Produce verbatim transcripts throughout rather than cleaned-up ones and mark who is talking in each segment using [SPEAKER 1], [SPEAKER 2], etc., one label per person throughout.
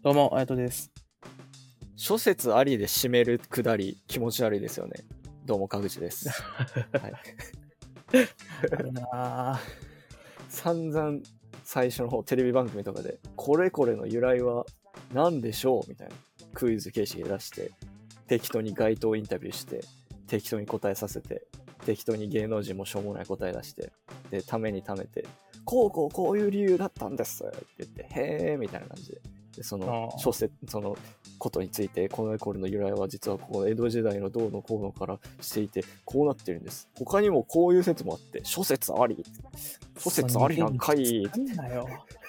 [SPEAKER 1] どうも、あやとです。
[SPEAKER 2] 諸説ありで締めるくだり気持ち悪いですよね。どうも、かぐちです。はい、
[SPEAKER 1] あるなぁ。
[SPEAKER 2] 散々最初の方テレビ番組とかでこれこれの由来は何でしょうみたいなクイズ形式で出して適当に街頭インタビューして適当に答えさせて適当に芸能人もしょうもない答え出してでためにためてこうこうこういう理由だったんですって言ってへーみたいな感じででその諸説そのことについてこのこれの由来は実はここ江戸時代のどうのこうのからしていてこうなってるんです。他にもこういう説もあって諸説あり諸説ありなんかい
[SPEAKER 1] なんだよ。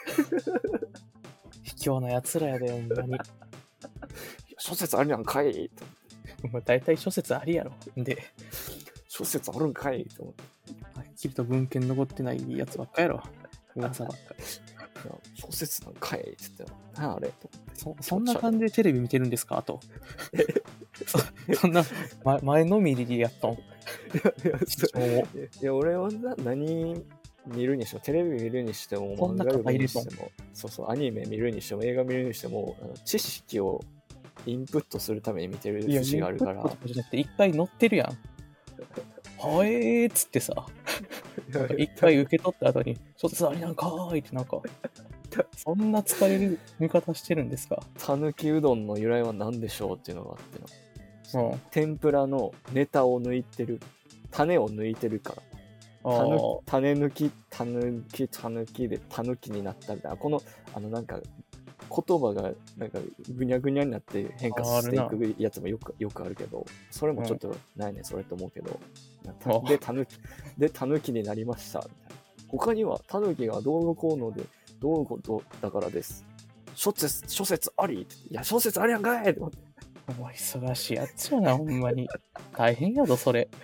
[SPEAKER 1] 卑怯な奴らやで、ほんまに。
[SPEAKER 2] 諸説ありなんかい
[SPEAKER 1] お前大体諸説ありやろ。で、
[SPEAKER 2] 諸説あるんかいと思って。
[SPEAKER 1] はっきりと文献残ってないやつばっかやろ。噂ばっかり。
[SPEAKER 2] 諸説なんかいって言って、なあれと
[SPEAKER 1] 思ってそ。そんな感じでテレビ見てるんですかと。そ, そんな、ま、前のみりやったん。い
[SPEAKER 2] や、いや俺はな何見るにしてもテレビ見るにしても漫画読むにしてもそうそうアニメ見るにしても映画見るにしてもあの知識をインプットするために見てる節があるから。いやインプット
[SPEAKER 1] じゃなくて一回載ってるやん。はえーっつってさ一回受け取った後に諸説ありなんかーいってなんかそんな疲れる見方してるんですか。
[SPEAKER 2] たぬきうどんの由来は何でしょうっていうのがあっての、
[SPEAKER 1] うん、
[SPEAKER 2] 天ぷらのネタを抜いてる種を抜いてるから種抜きたぬきたぬきでたぬきになったみたいなこのあのなんか言葉がなんかぐにゃぐにゃになって変化していくやつもよくよくあるけどそれもちょっとないね、うん、それと思うけどでたぬきでたぬきになりましたみたいな。他にはたぬきがどうのこうのでどういうことだからです諸説諸説ありいや諸説ありやんかいって思って
[SPEAKER 1] お前忙しいやつやなほんまに大変やぞそれ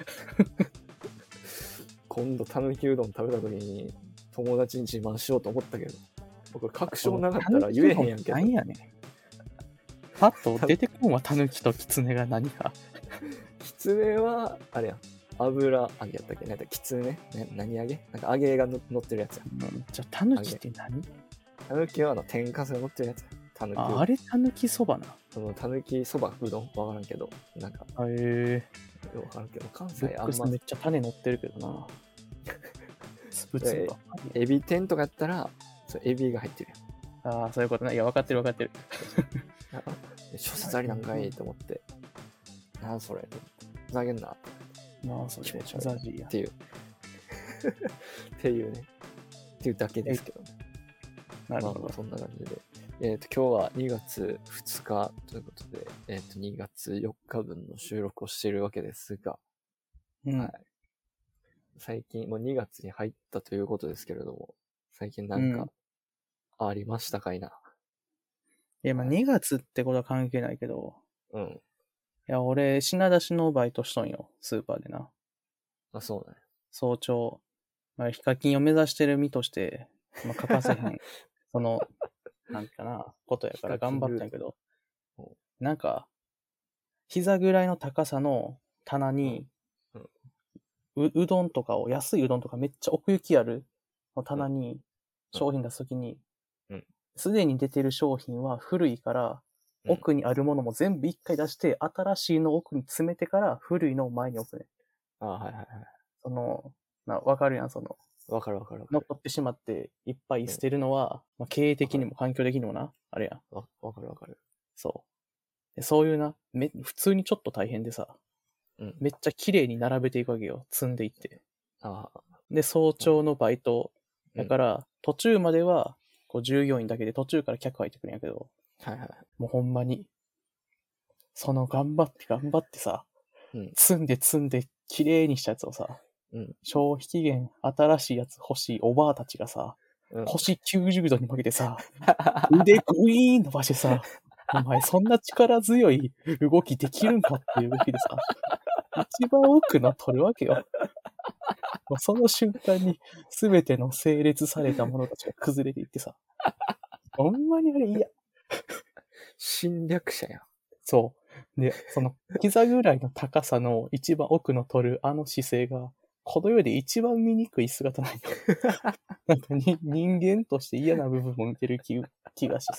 [SPEAKER 2] 今度たぬきうどん食べた時に友達に自慢しようと思ったけど僕確証なかったら言えへんやんけど
[SPEAKER 1] 何やねんパッと出てこんわたぬきときつねが何か
[SPEAKER 2] きつねはあれやん油揚げやったっけなんかきつねね何揚げなんか揚げがの乗ってるやつや、
[SPEAKER 1] うん、じゃあたぬきって何
[SPEAKER 2] たぬきはあの天かすが乗ってるやつたぬき
[SPEAKER 1] ああれたぬきそばな
[SPEAKER 2] そのたぬきそばうどんわからんけどなんか
[SPEAKER 1] へえ
[SPEAKER 2] わからんけど関西あんま
[SPEAKER 1] めっちゃ種乗ってるけどなつぶつぶ
[SPEAKER 2] エビ天とかやったらそうエビが入ってる
[SPEAKER 1] やん。ああそういうことね。いや分かってる分かってる
[SPEAKER 2] 諸説ありなんかいいと思ってなんそれふざけんな
[SPEAKER 1] なあそれ気持ち悪いや
[SPEAKER 2] っていうっていうねっていうだけですけどね。なるほど、まあ、そんな感じでえっ、ー、と今日はにがつふつかということでえっ、ー、とにがつよっかぶんの収録をしているわけですが、
[SPEAKER 1] うん、
[SPEAKER 2] はい、最近もうにがつに入ったということですけれども最近なんかありましたかいな、うん、
[SPEAKER 1] いやまあにがつってことは関係ないけど
[SPEAKER 2] うん
[SPEAKER 1] いや俺品出しのバイトしとんよスーパーでな。
[SPEAKER 2] あそうね
[SPEAKER 1] 早朝、まあ、ヒカキンを目指してる身として、まあ、欠かせへんそのなんかなことやから頑張ったんやけどなんか膝ぐらいの高さの棚に、うんうん、う, うどんとかを安いうどんとかめっちゃ奥行きあるの棚に商品出すときにすで、うん、に出てる商品は古いから、うん、奥にあるものも全部一回出して新しいの奥に詰めてから古いのを前に置くね。
[SPEAKER 2] あはいはいはい。
[SPEAKER 1] そのな分かるやんその
[SPEAKER 2] 分かる分かる分かる。
[SPEAKER 1] 残ってしまっていっぱい捨てるのは、うんまあ、経営的にも環境的にもなあれやん。
[SPEAKER 2] 分かる分かる。
[SPEAKER 1] そうでそういうなめ普通にちょっと大変でさ、うん、めっちゃ綺麗に並べていくわけよ積んでいって。あで早朝のバイト、うん、だから途中まではこう従業員だけで途中から客入ってくるんやけど、はいはい、もうほんまにその頑張って頑張ってさ、うん、積んで積んで綺麗にしたやつをさ、うん、消費期限新しいやつ欲しいおばあたちがさ、うん、腰きゅうじゅうどに曲げてさ腕グイーン伸ばしてさお前そんな力強い動きできるんかっていう動きでさ一番奥の取るわけよ。もうその瞬間に全ての整列されたものたちが崩れていってさほんまにあれ嫌。
[SPEAKER 2] 侵略者やん。
[SPEAKER 1] そうでその膝ぐらいの高さの一番奥の取るあの姿勢がこの世で一番見にくい姿なんよ。なんかに人間として嫌な部分も見てる 気, 気がしさ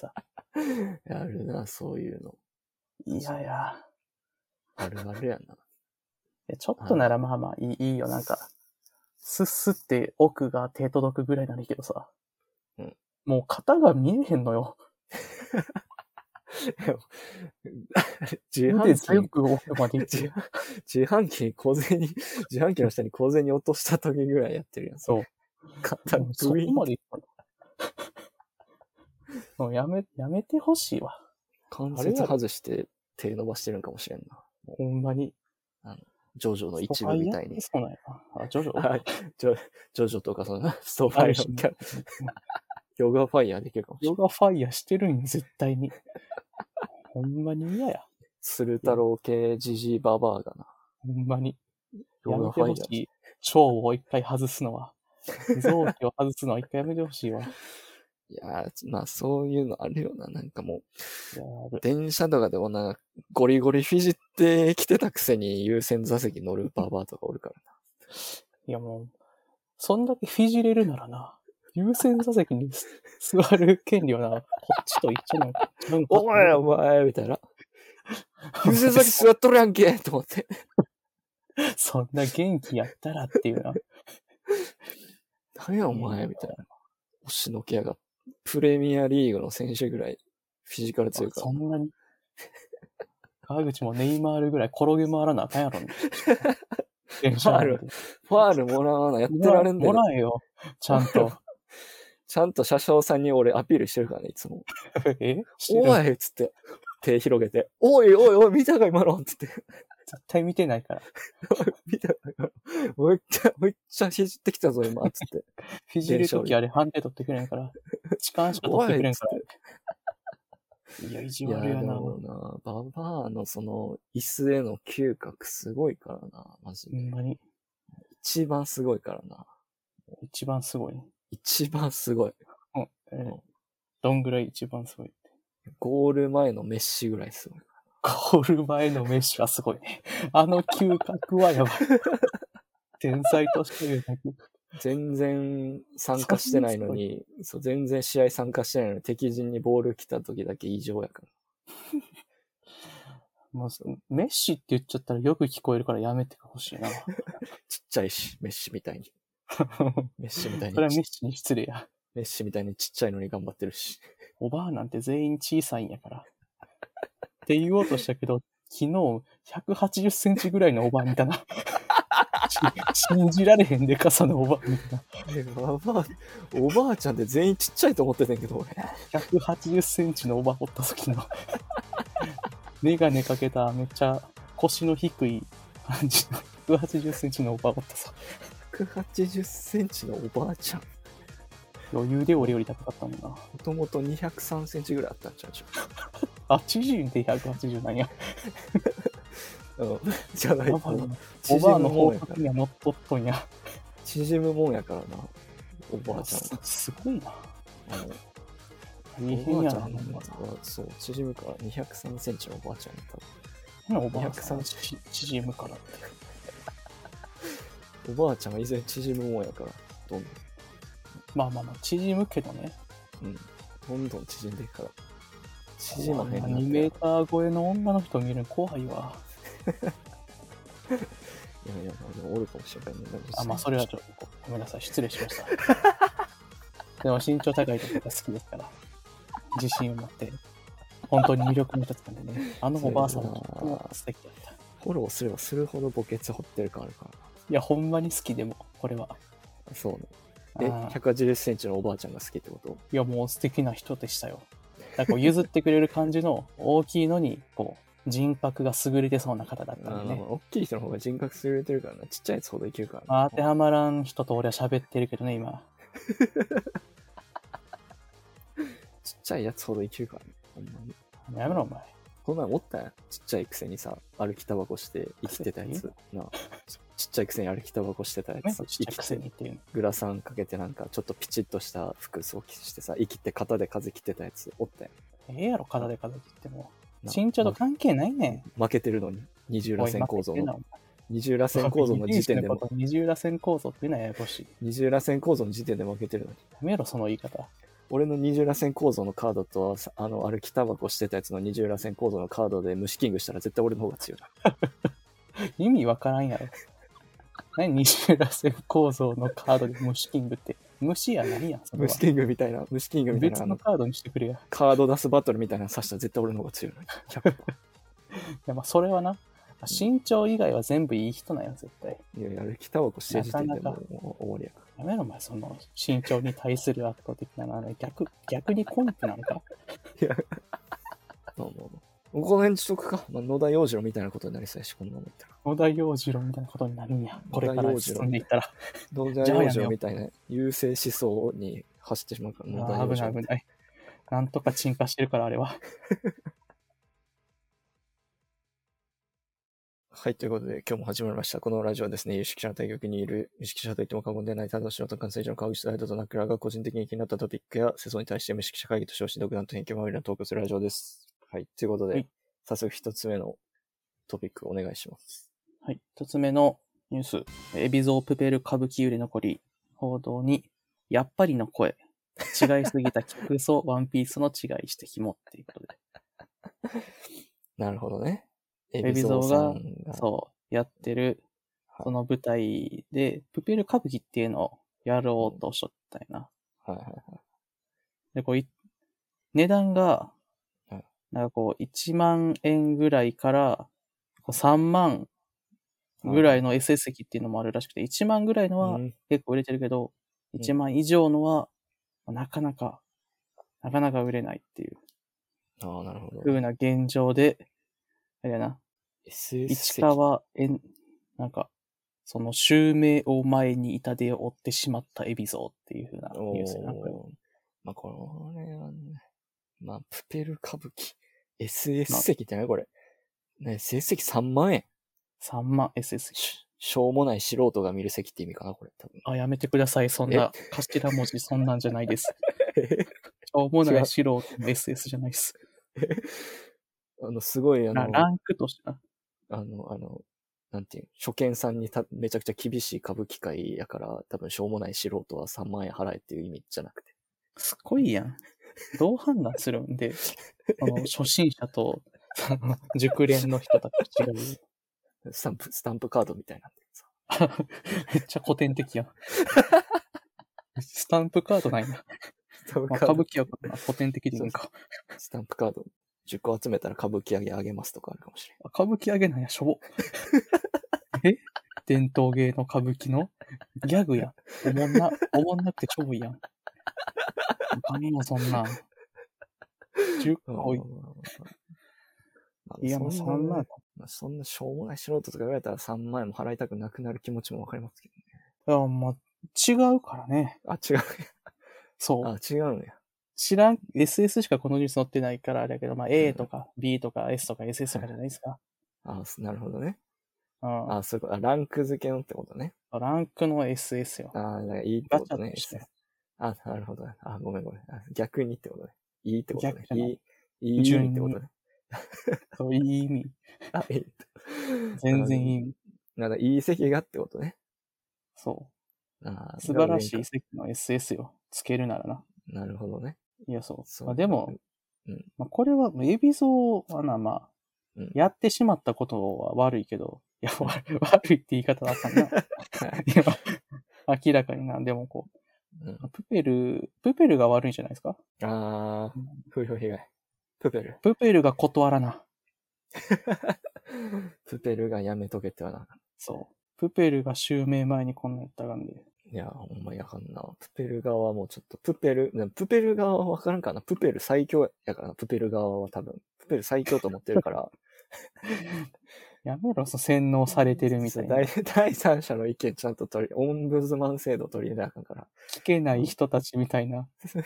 [SPEAKER 2] あるな、そういうの。
[SPEAKER 1] いやいや。
[SPEAKER 2] あるあるやな。
[SPEAKER 1] ちょっとならまあまあいい、いいよ。なんか、スッスって奥が手届くぐらいならいいけどさ。うん。もう型が見えへんのよ。
[SPEAKER 2] 自販機に自販機に小銭、自販機の下に小銭落とした時ぐらいやってるやん。
[SPEAKER 1] そう。
[SPEAKER 2] 型グイーン。
[SPEAKER 1] そこまでもうやめ、やめてほしいわ。
[SPEAKER 2] 関節外して手伸ばしてるんかもしれんな。
[SPEAKER 1] ほんまに。
[SPEAKER 2] あの、ジョジョの一部みたいに。
[SPEAKER 1] そうなんやな。あ、ジョジョ
[SPEAKER 2] はい。ジョ、ジョジョとかその、ストーファイのキャラ。ヨガファイヤーできるかもしれない。
[SPEAKER 1] ヨガファイヤーしてるんよ、絶対に。ほんまに嫌や。
[SPEAKER 2] 鶴太郎系ジジイババアがな。
[SPEAKER 1] ほんまに。やめてほしい。腸を一回外すのは。臓器を外すのは一回やめてほしいわ。
[SPEAKER 2] いやー、まあそういうのあるよな。なんかもう、電車とかでもな、ゴリゴリフィジって来てたくせに優先座席乗るババアとかおるからな。
[SPEAKER 1] いやもう、そんだけフィジれるならな、優先座席に座る権利はな、こっちと一緒なんか。
[SPEAKER 2] お前お前みたいな。優先座席座っとるやんけと思って。
[SPEAKER 1] そんな元気やったらっていうな。
[SPEAKER 2] 何やお前みたいな。押しのけやがって。プレミアリーグの選手ぐらいフィジカル強いから。
[SPEAKER 1] そんなに川口もネイマールぐらい転げ回らなあかんやろね。
[SPEAKER 2] ファール、ファールもらわな、やってられんだよ。
[SPEAKER 1] もらえよ。ちゃんと。
[SPEAKER 2] ちゃんと車掌さんに俺アピールしてるからね、いつも。
[SPEAKER 1] え
[SPEAKER 2] おいっつって、手広げて。おいおいおい、見たか今のっつって。
[SPEAKER 1] 絶対見てないから。
[SPEAKER 2] 見たかめっちゃ、めっちゃひじってきたぞ、今、つって。
[SPEAKER 1] フィジるときあれ判定取ってくれんから。痴漢しか取ってくれんから。いや、意地悪やな。いや、でも
[SPEAKER 2] な、ババアのその、椅子への嗅覚すごいからな、マジで。
[SPEAKER 1] ほんまに。
[SPEAKER 2] 一番すごいからな。
[SPEAKER 1] 一番すごい。
[SPEAKER 2] 一番すごい。
[SPEAKER 1] うん。えー、どんぐらい一番すごいって。
[SPEAKER 2] ゴール前のメッシぐらいすごい。
[SPEAKER 1] ゴール前のメッシはすごいね。あの嗅覚はやばい。天才として言うだけ。
[SPEAKER 2] 全然参加してないのに、そう、全然試合参加してないのに、敵陣にボール来た時だけ異常やから。
[SPEAKER 1] もう、メッシって言っちゃったらよく聞こえるからやめてほしいな。ちっ
[SPEAKER 2] ちゃいし、メッシみたいに。メッシみたいに。
[SPEAKER 1] それはメッシに失礼や。
[SPEAKER 2] メッシみたいにちっちゃいのに頑張ってるし。
[SPEAKER 1] おばあなんて全員小さいんやから。って言おうとしたけど、昨日ひゃくはちじゅっセンチぐらいのおばあ見たな。信じられへんでかさのおばあ見たな。
[SPEAKER 2] え、おばあ、おばあちゃんって全員ちっちゃいと思ってたんけど、俺。
[SPEAKER 1] ひゃくはちじゅっセンチのおばあおった時の。メガネかけためっちゃ腰の低い感じのひゃくはちじゅっセンチのおばあおったさ。
[SPEAKER 2] ひゃくはちじゅっセンチのおばあちゃん。
[SPEAKER 1] 余裕で俺より高かったもんな。も
[SPEAKER 2] ともとにひゃくさんセンチぐらいあったんちゃうじ
[SPEAKER 1] ゃん。あ、縮んでひゃくはちじゅうなんや。
[SPEAKER 2] うん、じゃないと。
[SPEAKER 1] おばあの方角には乗っとっとんや。
[SPEAKER 2] 縮むもんやからな、おばあちゃんは。
[SPEAKER 1] すごいな。
[SPEAKER 2] 大変やな。そう、縮むからにひゃくさんセンチのおばあちゃんや
[SPEAKER 1] ったら。おばあちゃん縮むからって。
[SPEAKER 2] おばあちゃんは以前縮むもんやから、どんどん。
[SPEAKER 1] まあまあまあ、縮むけどね。
[SPEAKER 2] うん。どんどん縮んでいくから。縮まへんな。
[SPEAKER 1] にメーター超えの女の人見るの怖いわ。
[SPEAKER 2] いやいや、でもおるかもしれないね。
[SPEAKER 1] あ、まあそれはちょっとごめんなさい、失礼しました。でも身長高いところが好きですから、自信を持って、本当に魅力の一つなんでね、あのおばあさんはとっても素敵だった。
[SPEAKER 2] フォローすればするほど墓穴掘ってる感あるから。
[SPEAKER 1] いや、ほんまに好きでも、これは。
[SPEAKER 2] そうね。え、ひゃくはちじゅっセンチのおばあちゃんが好きってこと？
[SPEAKER 1] いや、もう素敵な人でしたよ。だからこう譲ってくれる感じの大きいのに、こう、人格が優れてそうな方だったんでね。
[SPEAKER 2] 大きい人の方が人格優れてるからな。ちっちゃいやつほどいけるからな。
[SPEAKER 1] 当てはまらん人と俺は喋ってるけどね、今。
[SPEAKER 2] ちっちゃいやつほどいけるからね。ほんま
[SPEAKER 1] に。やめろ、お前。
[SPEAKER 2] こんなんおったやん。ちっちゃいくせにさ、歩きタバコして生きてたやつ。なちっちゃいくせに歩きタバコしてたやつ。
[SPEAKER 1] ちっちゃいくせにっていうの。
[SPEAKER 2] グラサンかけてなんかちょっとピチッとした服装着してさ、生きて肩で風切ってたやつおったや
[SPEAKER 1] ん。ええやろ、肩で風切っても。身長と関係ないね
[SPEAKER 2] ん。負けてるのに。二重螺旋構造の。二重螺旋構造の時点でも。
[SPEAKER 1] 二重螺旋構造っていうのはややこしい。
[SPEAKER 2] 二重螺旋構造の時点で負けてるのに。
[SPEAKER 1] やめろ、その言い方。
[SPEAKER 2] 俺の二重らせん構造のカードと、あの、歩きタバコしてたやつの二重らせん構造のカードで虫キングしたら絶対俺の方が強い。
[SPEAKER 1] 意味わからんやろ。何二重らせん構造のカードで虫キングって。虫や何やそれは。
[SPEAKER 2] 虫キングみたいな、虫キングみたいな。
[SPEAKER 1] 別のカードにしてくれや。
[SPEAKER 2] カード出すバトルみたいなの刺したら絶対俺の方が強いのに。ひゃくパーセント
[SPEAKER 1] いや、まあ、それはな。身長以外は全部いい人なんや、絶対。
[SPEAKER 2] いやいや、歩きタバコしてる時点でもう終わりやから。
[SPEAKER 1] やめろ、お前、その、身長に対する圧倒的なの、あれ、逆、逆にコンプなんか。
[SPEAKER 2] いや、まあまあまあ。この辺にしとくか。まあ、野田洋次郎みたいなことになりそうやし、こんなの言ったら。
[SPEAKER 1] 野田洋次郎みたいなことになるんや。これから進んでいったら。
[SPEAKER 2] 野田洋次郎みたいな優勢思想に走ってしまうから、野田洋次郎。
[SPEAKER 1] 危ない危ない。なんとか沈下してるから、あれは。
[SPEAKER 2] はい、ということで今日も始まりました。このラジオはですね、有識者の対局にいる、有識者といっても過言ではない、ただの素人関西上の川口大斗とナクラが個人的に気になったトピックや世相に対して無識者会議と称し、独断と偏見まみれのトークするラジオです。はい、ということで、はい、早速一つ目のトピックお願いします。
[SPEAKER 1] はい、一つ目のニュース、海老蔵プペル歌舞伎売れ残り、報道に、やっぱりの声、違いすぎたキクソ、ワンピースの違いしてひもっていうことで。
[SPEAKER 2] なるほどね。
[SPEAKER 1] 海老蔵が、そう、やってる、その舞台で、プペル歌舞伎っていうのをやろうとおっしゃったよな。
[SPEAKER 2] はいはいはい。
[SPEAKER 1] で、こうい、値段が、なんかこう、いちまんえんぐらいから、さんまんぐらいの エスエス 席っていうのもあるらしくて、いちまんぐらいのは結構売れてるけど、いちまん以上のは、なかなか、なかなか売れないっていう。
[SPEAKER 2] ああ、なるほど。
[SPEAKER 1] 風な現状で、あれやな。
[SPEAKER 2] エスエス
[SPEAKER 1] 市川えん、なんか、その襲名を前に痛手を負ってしまった海老蔵っていう風なニュースやな。
[SPEAKER 2] まあ、これはね、まあ、プペル歌舞伎。エスエス 席って何これ。ね、エスエス 席さんまんえん。
[SPEAKER 1] さんまん エスエス 席。
[SPEAKER 2] しょうもない素人が見る席って意味かな、これ。多分。
[SPEAKER 1] あ、やめてください。そんな、頭文字そんなんじゃないです。しょうもない素人の エスエス じゃないです。
[SPEAKER 2] あの、すごい、あの、
[SPEAKER 1] ランクとしてな。
[SPEAKER 2] あの、あの、なんていう、初見さんにためちゃくちゃ厳しい歌舞伎界やから、多分しょうもない素人はさんまんえん払えっていう意味じゃなくて。
[SPEAKER 1] すごいやん。どう判断するんで、あの、初心者と、その、熟練の人たち違う。
[SPEAKER 2] スタンプ、スタンプカードみたいなんでさ。
[SPEAKER 1] めっちゃ古典的やん。スタンプカードないな。
[SPEAKER 2] スタンプカード。
[SPEAKER 1] まあ、歌舞伎やからな、古典的でいいんか。
[SPEAKER 2] スタンプカードじゅっこ集めたら歌舞伎揚げあげますとかあるかもしれん。
[SPEAKER 1] 歌舞伎揚げなんや、しょぼ。え伝統芸の歌舞伎のギャグやん。おもんな、おもんなくてちょぼいやん。他にもそんな。じゅっこい。いや、もうそんな、
[SPEAKER 2] まあ、そんなしょうもない素人とか言われたらさんまんえんも払いたくなくなる気持ちもわかりますけどね。
[SPEAKER 1] いや、まあ、違うからね。
[SPEAKER 2] あ、違う。
[SPEAKER 1] そう。
[SPEAKER 2] あ、違うのや。
[SPEAKER 1] 知らん、エスエス しかこのニュース載ってないからあれだけど、まあ A とか B とか S とか エスエス とかじゃないですか。
[SPEAKER 2] はい、あ、なるほどね。
[SPEAKER 1] うん。
[SPEAKER 2] あ、そういうこと。あ、ランク付けのってことね。
[SPEAKER 1] ランクの エスエス よ。
[SPEAKER 2] あ、だからいいってことね。あ、なるほど。あ、ごめんごめん。あ、逆にってことね。いいってことね。いい、いい意味ってことね。
[SPEAKER 1] そう、いい意味。
[SPEAKER 2] あ、いい。
[SPEAKER 1] 全然いい意味。
[SPEAKER 2] なんだ、いい席がってことね。
[SPEAKER 1] そう。あ素晴らしい席の エスエス よ。つけるならな。
[SPEAKER 2] なるほどね。
[SPEAKER 1] いや、そう。そうまあ、でも、
[SPEAKER 2] うん、
[SPEAKER 1] まあ、これは、海老蔵はな、まあ、うん、やってしまったことは悪いけど、いや、悪いって言い方だったんだ。明らかにな、でもこう、うん、プペル、プペルが悪いんじゃないですか？
[SPEAKER 2] あー、風評被害。プペル。
[SPEAKER 1] プペルが断らな。
[SPEAKER 2] プペルがやめとけってはな。
[SPEAKER 1] そう。プペルが襲名前にこんなやったがんで。
[SPEAKER 2] いや、ほんまやかんな。プペル側はもうちょっと、プペル、プペル側はわからんかな。プペル最強やからな、プペル側は多分。プペル最強と思ってるから。
[SPEAKER 1] やめろ、そう、洗脳されてるみたいな。
[SPEAKER 2] 第, 第三者の意見ちゃんと取り、オンブズマン制度取り入れなあかんから。
[SPEAKER 1] 聞けない人たちみたいな。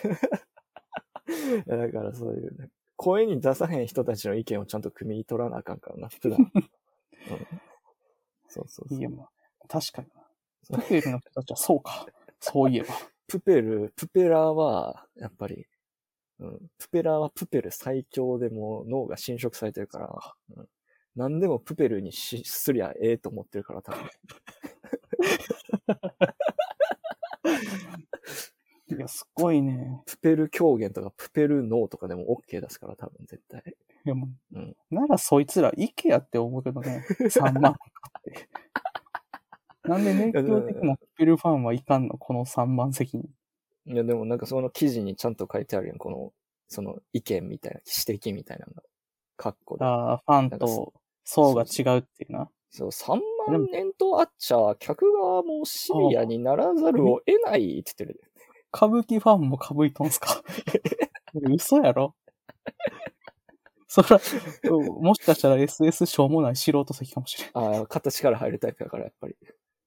[SPEAKER 2] いやだからそういう、ね、声に出さへん人たちの意見をちゃんと汲み取らなあかんからな、普段。うん、そうそうそう。
[SPEAKER 1] いや、まあ、確かに。プペルの人たちはそうか。そういえば。
[SPEAKER 2] プペル、プペラーは、やっぱり、うん、プペラーはプペル最強でも脳が侵食されてるから、うん、何でもプペルにしすりゃええと思ってるから、多分。
[SPEAKER 1] いや、すごいね。
[SPEAKER 2] プペル狂言とかプペルノーとかでも OK ですから、多分絶対。
[SPEAKER 1] いやもう、うん、ならそいつらイケやって思うけどね。さんまん買って。なんで熱狂的なプペルファンはいかんのこのさんまん席に。
[SPEAKER 2] いや、でもなんかその記事にちゃんと書いてあるやん。この、その意見みたいな、指摘みたいなのが。カッコで。
[SPEAKER 1] ああ、ファンと層が違うっていうな。
[SPEAKER 2] そう、さんまん円とあっちゃ、客側もシビアにならざるを得ないって言ってる。
[SPEAKER 1] 歌舞伎ファンも歌舞いとんすか嘘やろそら、もしかしたら エスエス しょうもない素人席かもしれん。
[SPEAKER 2] ああ、形から入るタイプやから、やっぱり。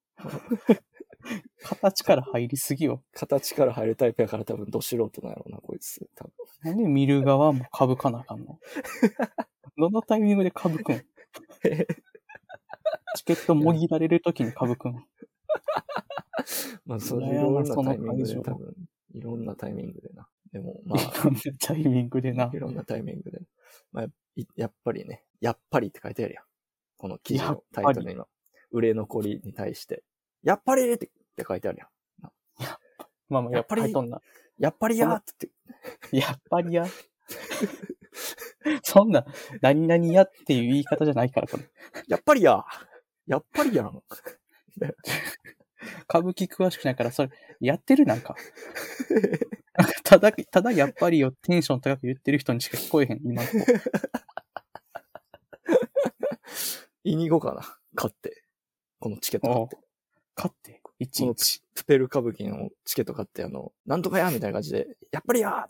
[SPEAKER 1] 形から入りすぎよ。
[SPEAKER 2] 形から入るタイプやから多分ど素人なんやろうな、こいつ。多分。
[SPEAKER 1] なんで見る側も歌舞かなあかんのどのタイミングで歌舞くんチケットもぎられるときに歌舞くん
[SPEAKER 2] まあ、そういろんなタイミングで多分、いろんなタイミングでな。でも、まあ。
[SPEAKER 1] いろんなタイミングでな。
[SPEAKER 2] いろんなタイミングで。まあ、やっぱりね、やっぱりって書いてあるやん。この記事のタイトルの売れ残りに対して、やっぱりってって書いてあるやん。
[SPEAKER 1] まあまあ、やっぱり、
[SPEAKER 2] やっぱりやーって。
[SPEAKER 1] やっぱりや。そんな、何々やっていう言い方じゃないから、これ。
[SPEAKER 2] やっぱりや。やっぱりやん。
[SPEAKER 1] 歌舞伎詳しくないから、それ、やってるなんか。ただ、ただやっぱりよ、テンション高く言ってる人にしか聞こえへん、今の子。
[SPEAKER 2] 言いに行こうかな。買って。このチケット買って。
[SPEAKER 1] 買って。いちいち。
[SPEAKER 2] プペル歌舞伎のチケット買って、あの、なんとかやみたいな感じで、やっぱりやーって。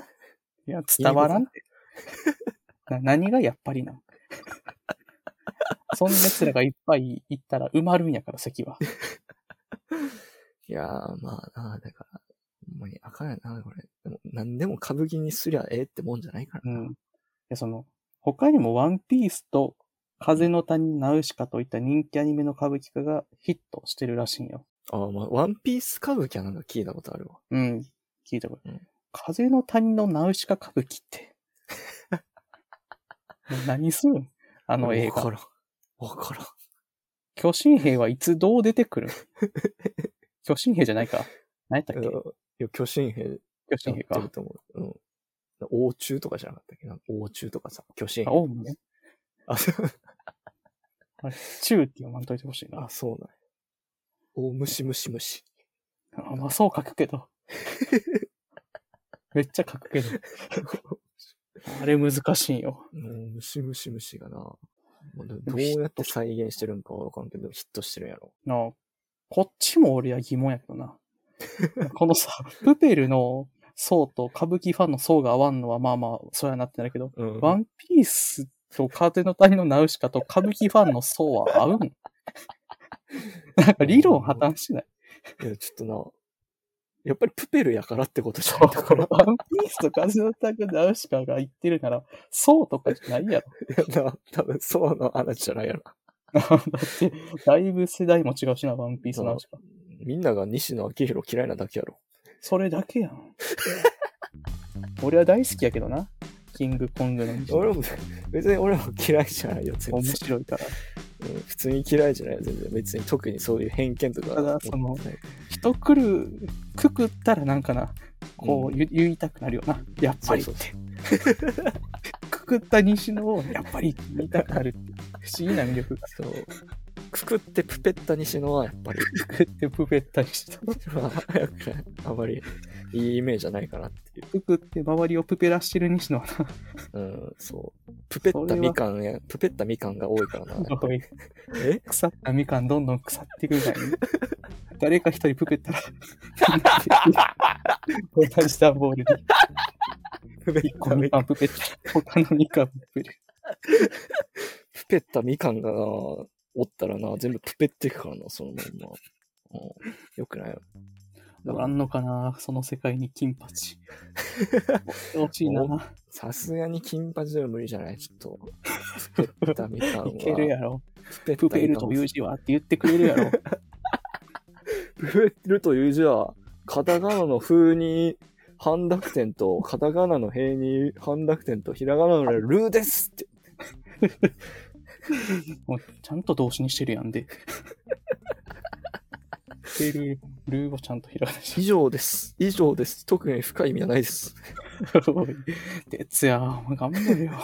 [SPEAKER 1] いや、伝わらんって。な何がやっぱりなんそんな奴らがいっぱい行ったら埋まるんやから、席は。
[SPEAKER 2] いやー、まあな、だから、ほんまにあかんやな、これ。でも、何でも歌舞伎にすりゃええってもんじゃないからな。うん。い
[SPEAKER 1] や、その、他にもワンピースと風の谷ナウシカといった人気アニメの歌舞伎化がヒットしてるらしいんよ。
[SPEAKER 2] ああ、まあ、ワンピース歌舞伎はなんか聞いたことあるわ。
[SPEAKER 1] うん、聞いたことある。うん、風の谷のナウシカ歌舞伎って。何するんあの映画。
[SPEAKER 2] わからん。わからん。
[SPEAKER 1] 巨神兵はいつどう出てくる巨神兵じゃないか。何やったっけ？い
[SPEAKER 2] や、巨神兵。
[SPEAKER 1] 巨神兵か。
[SPEAKER 2] と思う。うん。王虫とかじゃなかったっけな。王虫とかさ、巨神兵。
[SPEAKER 1] あ、王もね。あ、そう。あれ、中って読まんといてほしいな。
[SPEAKER 2] あ、そうなんや。大ムシムシムシ。
[SPEAKER 1] あ、まあそう書くけど。めっちゃ書くけど。あれ難しいよ。
[SPEAKER 2] ムシムシムシがな。どうやって再現してるんかわかんけど、ヒットしてるんやろ。
[SPEAKER 1] なあ、こっちも俺は疑問やけどな。このさ、プペルの層と歌舞伎ファンの層が合わんのはまあまあ、そうやなってなるけど、うん、ワンピースと風の谷のナウシカと歌舞伎ファンの層は合うんなんか理論破綻しない。
[SPEAKER 2] いや、ちょっとな、やっぱりプペルやからってことじゃないだから。
[SPEAKER 1] ワンピースと風の谷のナウシカが言ってるなら、層とかじゃないやろ。
[SPEAKER 2] いやな、多分層の話じゃないやろ。
[SPEAKER 1] だって、だいぶ世代も違うしな、ワンピースナウシカ。
[SPEAKER 2] みんなが西野昭弘嫌いなだけやろ。
[SPEAKER 1] それだけやん。俺は大好きやけどな。キングコングの西野。
[SPEAKER 2] 俺も、別に俺も嫌いじゃないよ、全然。
[SPEAKER 1] 面白いから。
[SPEAKER 2] うん、普通に嫌いじゃないよ、全然。別に特にそういう偏見とか。
[SPEAKER 1] ただ、その、人来る、くくったらなんかな、こう、うん、言いたくなるよな。やっぱりって。そうそうそうくくった西野を、やっぱりって言いたくなるって。不思議な魅力。
[SPEAKER 2] そう。くくってプペッタ西野はやっぱり。
[SPEAKER 1] くくってプペッタ西野は。
[SPEAKER 2] あまりいいイメージじゃないかなっていう。
[SPEAKER 1] くくって周りをプペラしてる西野はな。
[SPEAKER 2] うん、そう。プペッタみかんや、プペッタみかんが多いからな。
[SPEAKER 1] え腐ったみかんどんどん腐っていくみたいに。誰か一人プペったら、同じ段ボールに。一個みかんプペったら、他のみかんプペる。
[SPEAKER 2] プペったみかんがな、おったらな、全部プペっていくからな、そのまんま。うん、よくないよ。
[SPEAKER 1] あんのかな、その世界に金八。欲しいな。
[SPEAKER 2] さすがに金八では無理じゃない、ちょっと。プペったみかんは。
[SPEAKER 1] いけるやろ。プペプペるという字はって言ってくれるやろ。
[SPEAKER 2] プペるという字は、カタカナの風に半濁点と、カタカナの平に半濁点と、ひらがなのルーですって。
[SPEAKER 1] もうちゃんと動詞にしてるやんで。 てるルーをちゃんとひらがなにし
[SPEAKER 2] 以上です。以上です。特に深い意味はないです。
[SPEAKER 1] おい、哲也、お前頑張れよ。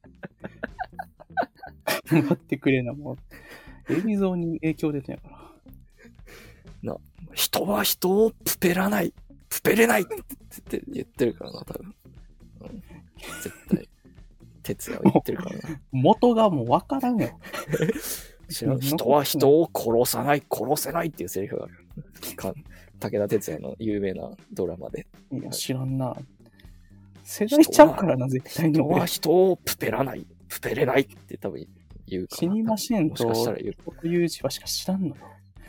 [SPEAKER 1] 頑張ってくれな、もう。映像に影響出てんやから。
[SPEAKER 2] な、人は人をプペらない。プペれないって言ってるからな、多分。うん、絶対。哲也は言ってるからな。
[SPEAKER 1] 元がもう分からんよ。
[SPEAKER 2] 知らん。人は人を殺さない、殺せないっていうセリフがある。武田鉄矢の有名なドラマで。
[SPEAKER 1] いや、知らんな。世代ちゃうからな、絶対に。
[SPEAKER 2] 人は人をプペらない、プペれないって多分言うから。
[SPEAKER 1] 死にませんと、
[SPEAKER 2] もしかしたら言う。
[SPEAKER 1] という字はしか知らんのよ。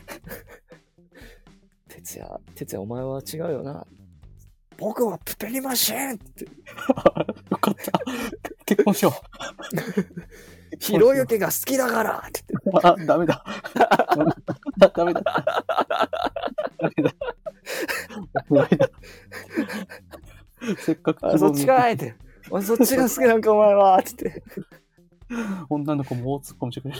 [SPEAKER 2] 哲也、哲也お前は違うよな。僕はプペりませんって。
[SPEAKER 1] よかった。結婚しよ
[SPEAKER 2] う。ひろゆきが好きだからって言
[SPEAKER 1] って。あ、ダメだ。ダメだ。ダメだ。ダメだ。せっかく。
[SPEAKER 2] あ、そっちかいって。そっちが好きなんかお前はって言って。
[SPEAKER 1] 女の子も大突っ込みしてくれる。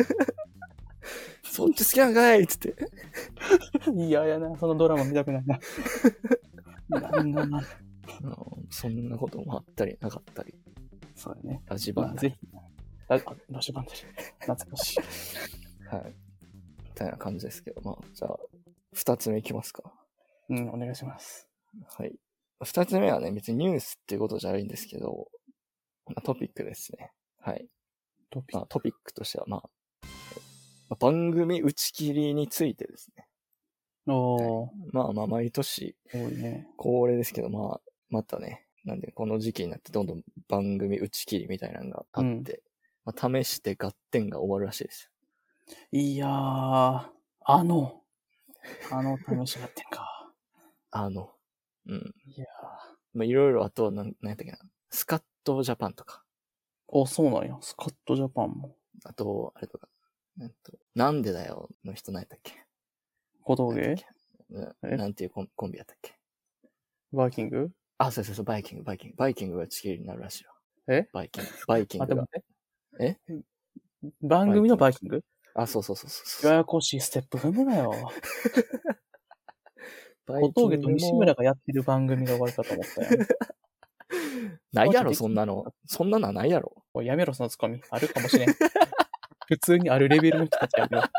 [SPEAKER 2] そっち好きなんかいって
[SPEAKER 1] 言って。嫌やな、そのドラマ見たくないな。なんだな。
[SPEAKER 2] そんなこともあったりなかったり。
[SPEAKER 1] そうだね。
[SPEAKER 2] ラジバンダリ。
[SPEAKER 1] まあ、ぜひ。ラジバンダリ。懐かしい。
[SPEAKER 2] はい。みたいな感じですけど、まあ、じゃあ、二つ目いきますか。
[SPEAKER 1] うん、お願いします。
[SPEAKER 2] はい。二つ目はね、別にニュースっていうことじゃないんですけど、トピックですね。はい。トピック、まあ、トピックとしては、まあ、番組打ち切りについてですね。
[SPEAKER 1] おー。
[SPEAKER 2] はい、まあまあ、毎年、恒例ですけど、まあ、またね、なんで、この時期になってどんどん番組打ち切りみたいなのがあって、うんまあ、試して合点が終わるらしいです
[SPEAKER 1] よ。いやー、あの、あの試し合点か。
[SPEAKER 2] あの、うん。
[SPEAKER 1] いやー。
[SPEAKER 2] まあ、いろいろあと、なん、なんやったっけな、スカットジャパンとか。
[SPEAKER 1] お、そうなんや。スカットジャパンも。
[SPEAKER 2] あと、あれとか、なんと、なんでだよの人なんやったっけ。
[SPEAKER 1] 小峠
[SPEAKER 2] な, なんていうコンコンビやったっけ。
[SPEAKER 1] バイキング
[SPEAKER 2] あ、そうそうそう、バイキング、バイキング。バイキングがチキリになるらしいよ。
[SPEAKER 1] え
[SPEAKER 2] バイキング、バイキングが。
[SPEAKER 1] え番組のバイキング
[SPEAKER 2] あ、そうそうそうそう。
[SPEAKER 1] ややこしいステップ踏むなよ。小峠と西村がやってる番組が終わるかと思ったよ。
[SPEAKER 2] ないやろ、そんなの。そんなのはないやろ。
[SPEAKER 1] おい、やめろ、そのツッコミ。あるかもしれん。普通にあるレベルの人たちやめろ。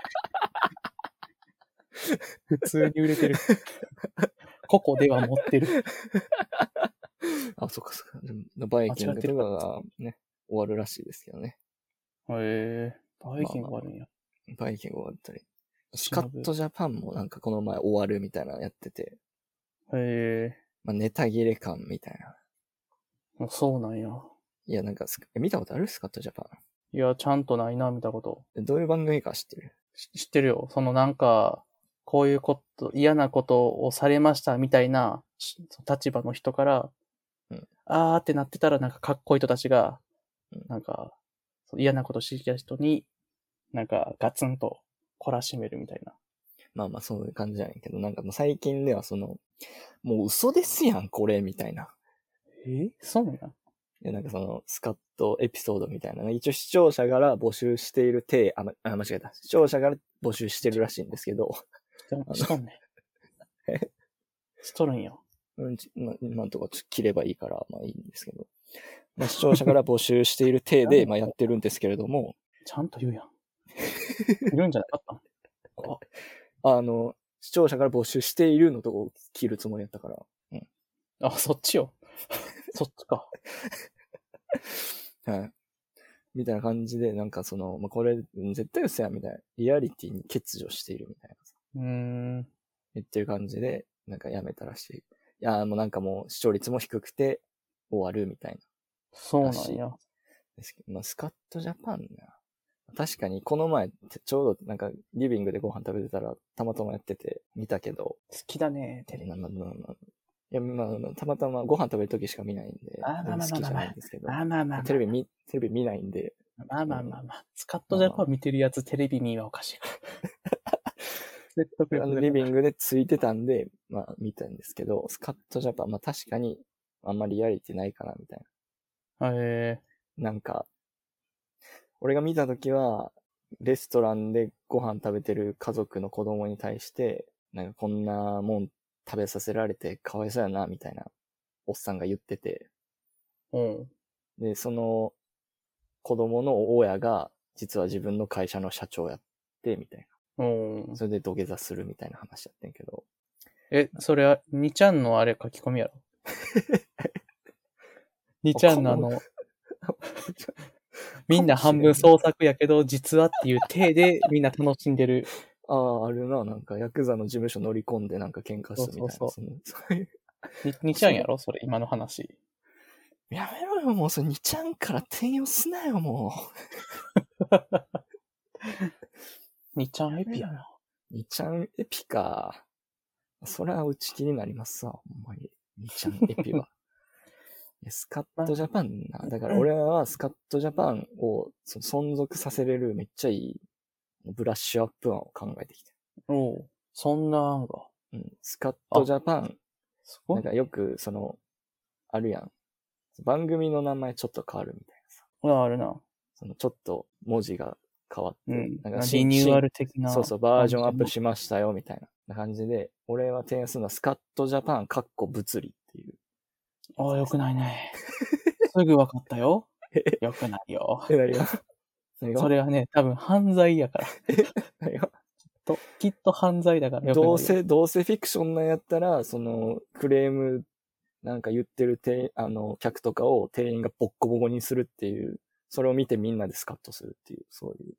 [SPEAKER 1] 普通に売れてる。ここでは持ってる。
[SPEAKER 2] あ、そっかそっか。バイキングとかがね、終わるらしいですけどね。
[SPEAKER 1] へえー、バイキング終わるんや。
[SPEAKER 2] まあまあ、バイキング終わったり。スカットジャパンもなんかこの前終わるみたいなのやってて。
[SPEAKER 1] へえー。
[SPEAKER 2] まあ、ネタ切れ感みたい
[SPEAKER 1] な。そうなんや。
[SPEAKER 2] いや、なんか、見たことあるスカットジャパ
[SPEAKER 1] ン。いや、ちゃんとないな、見たこと。
[SPEAKER 2] どういう番組か知ってる？
[SPEAKER 1] 知ってるよ。そのなんか、こういうこと、嫌なことをされましたみたいな立場の人から、うん、あーってなってたらなんかかっこいい人たちが、うん、なんか、嫌なことしてきた人に、なんかガツンと懲らしめるみたいな。
[SPEAKER 2] まあまあそういう感じじゃないけど、なんかもう最近ではその、もう嘘ですやん、これ、みたいな。
[SPEAKER 1] えそうなんや。
[SPEAKER 2] いや、なんかその、スカットエピソードみたいな。一応視聴者から募集している体、あ、あ、間違えた。視聴者から募集してるらしいんですけど。
[SPEAKER 1] しとんね。えしとるんよ。
[SPEAKER 2] うん、ま、なんとか切ればいいから、まあいいんですけど。まあ視聴者から募集している体で、まあやってるんですけれども。
[SPEAKER 1] ちゃんと言うやん。いるんじゃなかった
[SPEAKER 2] あの、視聴者から募集しているのとこ切るつもりやったから。うん。
[SPEAKER 1] あ、そっちよ。そっちか。
[SPEAKER 2] はい。みたいな感じで、なんかその、まあ、これ、絶対嘘や、みたいな。リアリティに欠如しているみたいな。
[SPEAKER 1] うーん。
[SPEAKER 2] 言ってる感じで、なんかやめたらしい。いや、もうなんかもう視聴率も低くて終わるみたいな。
[SPEAKER 1] そうなんや。
[SPEAKER 2] ですけど、まあ、スカットジャパンな。確かにこの前、ちょうどなんかリビングでご飯食べてたら、たまたまやってて見たけど。好
[SPEAKER 1] きだね、テレビ。
[SPEAKER 2] まあまあまあ、いや、まあ、たまたまご飯食べるときしか見ないんで、
[SPEAKER 1] あまあまあまあまあ
[SPEAKER 2] 好きじゃないんですけど。
[SPEAKER 1] まあまあまあ。
[SPEAKER 2] テレビ見、テレビ見ないんで。
[SPEAKER 1] まあまあまあまあ。スカットジャパン見てるやつ、テレビ見はおかしいから。
[SPEAKER 2] リビングでついてたんで、まあ見たんですけど、スカットジャパン、まあ確かにあんまりリアリティないかな、みたい
[SPEAKER 1] な。へ
[SPEAKER 2] ー。なんか、俺が見たときは、レストランでご飯食べてる家族の子供に対して、 なんかこんなもん食べさせられてかわいそうやな、みたいな、おっさんが言ってて。
[SPEAKER 1] うん。
[SPEAKER 2] で、その、子供の親が、実は自分の会社の社長やって、みたい
[SPEAKER 1] な。うん。
[SPEAKER 2] それで土下座するみたいな話やってんけど。
[SPEAKER 1] え、それは、にちゃんのあれ書き込みやろにちゃんのあの、みんな半分創作やけど、実はっていう体でみんな楽しんでる。
[SPEAKER 2] ああ、あるな。なんか、ヤクザの事務所乗り込んでなんか喧嘩するみたいな。
[SPEAKER 1] そうそうそうに。にちゃんやろそれ、今の話。
[SPEAKER 2] やめろよ、もうそれにちゃんから転用すなよ、も
[SPEAKER 1] う。にちゃんエピやな。
[SPEAKER 2] にちゃんエピか。それは打ち切りになりますわ、ほんまに。にちゃんエピは。スカットジャパンな。だから俺はスカットジャパンを存続させれるめっちゃいいブラッシュアップ案を考えてきて。
[SPEAKER 1] おう、そんな案が。
[SPEAKER 2] うん。スカットジャパン。なんかよく、その、あるやん。番組の名前ちょっと変わるみたいな
[SPEAKER 1] さ。あるな。
[SPEAKER 2] そのちょっと文字が変わって。
[SPEAKER 1] うん。なんかリニューアル的な。
[SPEAKER 2] そうそう、バージョンアップしましたよ、みたいな感じで、俺は提案するのはスカットジャパン、カッコ物理っていう。
[SPEAKER 1] ああ、よくないね。すぐ分かったよ。よくないよ。
[SPEAKER 2] え、何が何が
[SPEAKER 1] それはね、多分犯罪やから。
[SPEAKER 2] 何が
[SPEAKER 1] ときっと犯罪だからよくないよ。
[SPEAKER 2] どうせ、どうせフィクションなんやったら、その、クレームなんか言ってるてあの客とかを店員がボッコボコにするっていう、それを見てみんなでスカッとするっていう、そういう。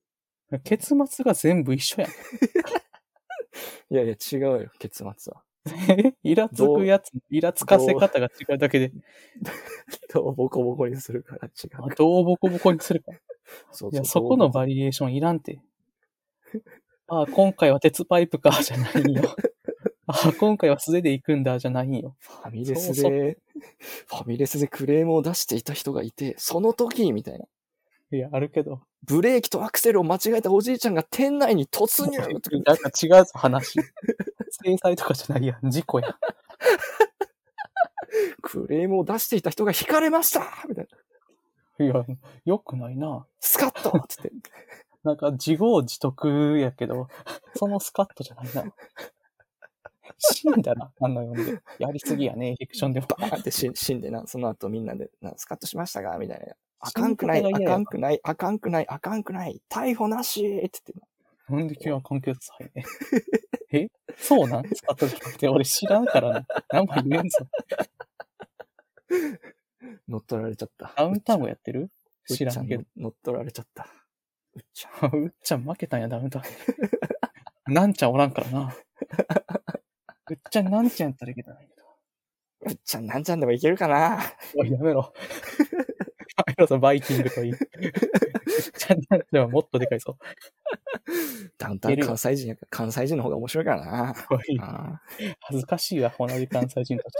[SPEAKER 1] 結末が全部一緒やん。
[SPEAKER 2] いやいや、違うよ、結末は。
[SPEAKER 1] イラつくやつ、イラつかせ方が違うだけで。
[SPEAKER 2] どうボコボコにするから違うか。
[SPEAKER 1] どうボコボコにするか。
[SPEAKER 2] そうそう
[SPEAKER 1] いや、そこのバリエーションいらんて。ああ、今回は鉄パイプか、じゃないんよ。ああ、今回は素手で行くんだ、じゃないんよ。
[SPEAKER 2] ファミレスで、そうそうファミレスでクレームを出していた人がいて、その時、みたいな。
[SPEAKER 1] いや、あるけど。
[SPEAKER 2] ブレーキとアクセルを間違えたおじいちゃんが店内に突入
[SPEAKER 1] なんか違うぞ、話。制裁とかじゃないやん、事故や。
[SPEAKER 2] クレームを出していた人が引かれましたみたい
[SPEAKER 1] な。いや、よくないな。
[SPEAKER 2] スカッとつって。
[SPEAKER 1] なんか自業自得やけど、そのスカッとじゃないな。死んだな、あんな読んで。やりすぎやね、フィクションでも。
[SPEAKER 2] バーンって死んでな、その後みんなで、なスカッとしましたがみたいな。あかんくない、あかんくない、あかんくない、あかんくない、逮捕なしって言って。
[SPEAKER 1] なんで君は関係さいね。えそうなんスカッとじゃなくて、俺知らんからな。何も言えんぞ。
[SPEAKER 2] 乗っ取られちゃった。
[SPEAKER 1] ダウンタウンもやってる知らんけど。
[SPEAKER 2] 乗っ取られちゃった。
[SPEAKER 1] うっちゃん。うっちゃん負けたんや、ダウンタウン。なんちゃんおらんからな。うっちゃんなんちゃんやったらいけたらいいけど。
[SPEAKER 2] うっちゃんなんちゃんでもいけるかな
[SPEAKER 1] おい、やめろ。やめろぞ、バイキングといい。うっちゃんなんちゃんはもっとでかいぞ。
[SPEAKER 2] ダウンタウン関西人やから、関西人の方が面白いからな。
[SPEAKER 1] おい恥ずかしいわ、同じ関西人として。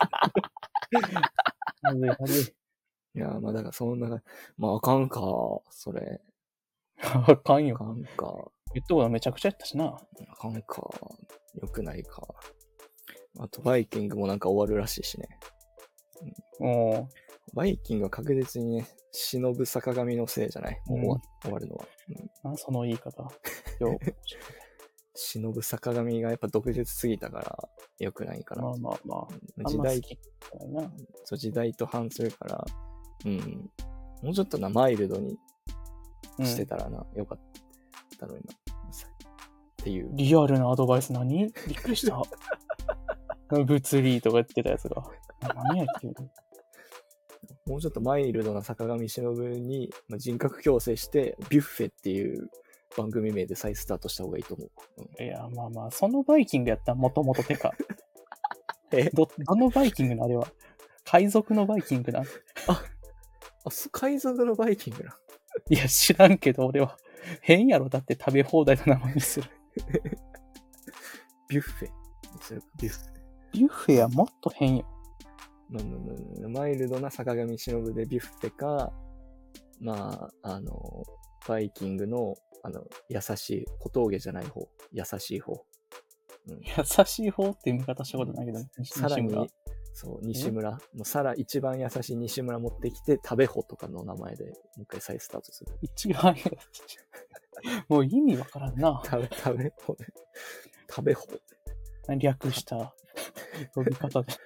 [SPEAKER 1] はずい、はずい。
[SPEAKER 2] いや、まあだからそんな、まああかんか、それ。
[SPEAKER 1] あかんよ。
[SPEAKER 2] あかんか。
[SPEAKER 1] 言ったことめちゃくちゃやったしな。
[SPEAKER 2] あかんか。よくないか。あと、バイキングもなんか終わるらしいしね。
[SPEAKER 1] うん、お
[SPEAKER 2] バイキングは確実にね、忍ぶ坂上のせいじゃない。もう終わ,、うん、終わるのは。
[SPEAKER 1] うん、あその言い方。よ
[SPEAKER 2] 忍ぶ坂上がやっぱ毒舌すぎたから、よくないから。
[SPEAKER 1] まあまあまあ。
[SPEAKER 2] 時代、そう時代と反するから、うん。もうちょっとな、マイルドにしてたらな、うん、よかったのにな。っていう。
[SPEAKER 1] リアルなアドバイス何？びっくりした。物理とか言ってたやつが。何やってる
[SPEAKER 2] もうちょっとマイルドな坂上忍に人格矯正して、ビュッフェっていう番組名で再スタートした方がいいと思う。
[SPEAKER 1] うん、いや、まあまあ、そのバイキングやったらもともとてか。えど、どのバイキングのあれは海賊のバイキングな。
[SPEAKER 2] あ、あ、海賊のバイキングな。
[SPEAKER 1] いや、知らんけど俺は。変やろ、だって食べ放題の名前にする。
[SPEAKER 2] ビュッフェにするか、ビュッフェ。
[SPEAKER 1] ビュッフェはもっと変よ。
[SPEAKER 2] マイルドな坂上忍でビュッフェか、まあ、あの、バイキングの、あの、優しい、小峠じゃない方、優しい方。
[SPEAKER 1] うん、優しい方っていう見方したことないけど、
[SPEAKER 2] さらに、そう、西村。もうさら、一番優しい西村持ってきて、食べ穂とかの名前で、もう一回再スタートする。
[SPEAKER 1] 一番優しい。もう意味わからんな。
[SPEAKER 2] 食べ、食べ穂で。食べ穂。
[SPEAKER 1] 略した呼び方で。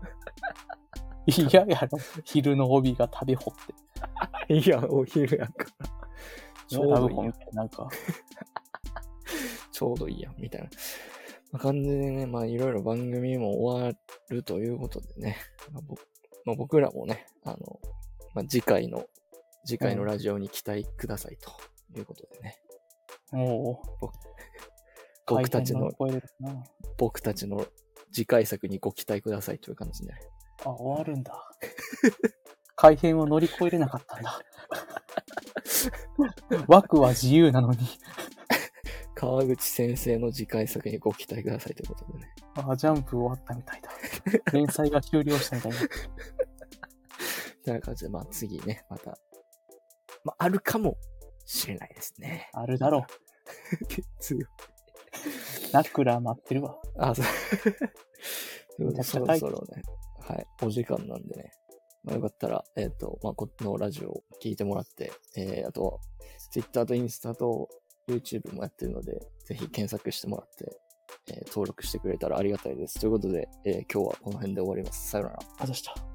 [SPEAKER 1] 嫌やろ、昼の帯が食べほって。
[SPEAKER 2] いや、お昼やんか。
[SPEAKER 1] ちょうどいいやん。なんか。
[SPEAKER 2] ちょうどいいやん、みたいな。まあ、感じでね、まあいろいろ番組も終わるということでね、まあまあ、僕らもね、あの、まあ、次回の、次回のラジオに期待くださいということでね。
[SPEAKER 1] うん、おお。
[SPEAKER 2] 僕たちの、僕たちの次回作にご期待くださいという感じで。
[SPEAKER 1] あ、終わるんだ。改変を乗り越えれなかったんだ。枠は自由なのに。
[SPEAKER 2] 川口先生の次回作にご期待くださいということでね。
[SPEAKER 1] あ、ジャンプ終わったみたいだ。連載が終了したみたいな。
[SPEAKER 2] という感じで、まあ次ね、また、まああるかもしれないですね。
[SPEAKER 1] あるだろ
[SPEAKER 2] う。強い。
[SPEAKER 1] ナクラ待ってるわ。
[SPEAKER 2] あ、そう。そろそろね、はい、お時間なんでね。まあよかったら、えっと、まあこのラジオを聞いてもらって、えー、あと、Twitter とインスタと YouTube もやってるので、ぜひ検索してもらって、えー、登録してくれたらありがたいです。ということで、えー、今日はこの辺で終わります。さよなら。
[SPEAKER 1] あざした。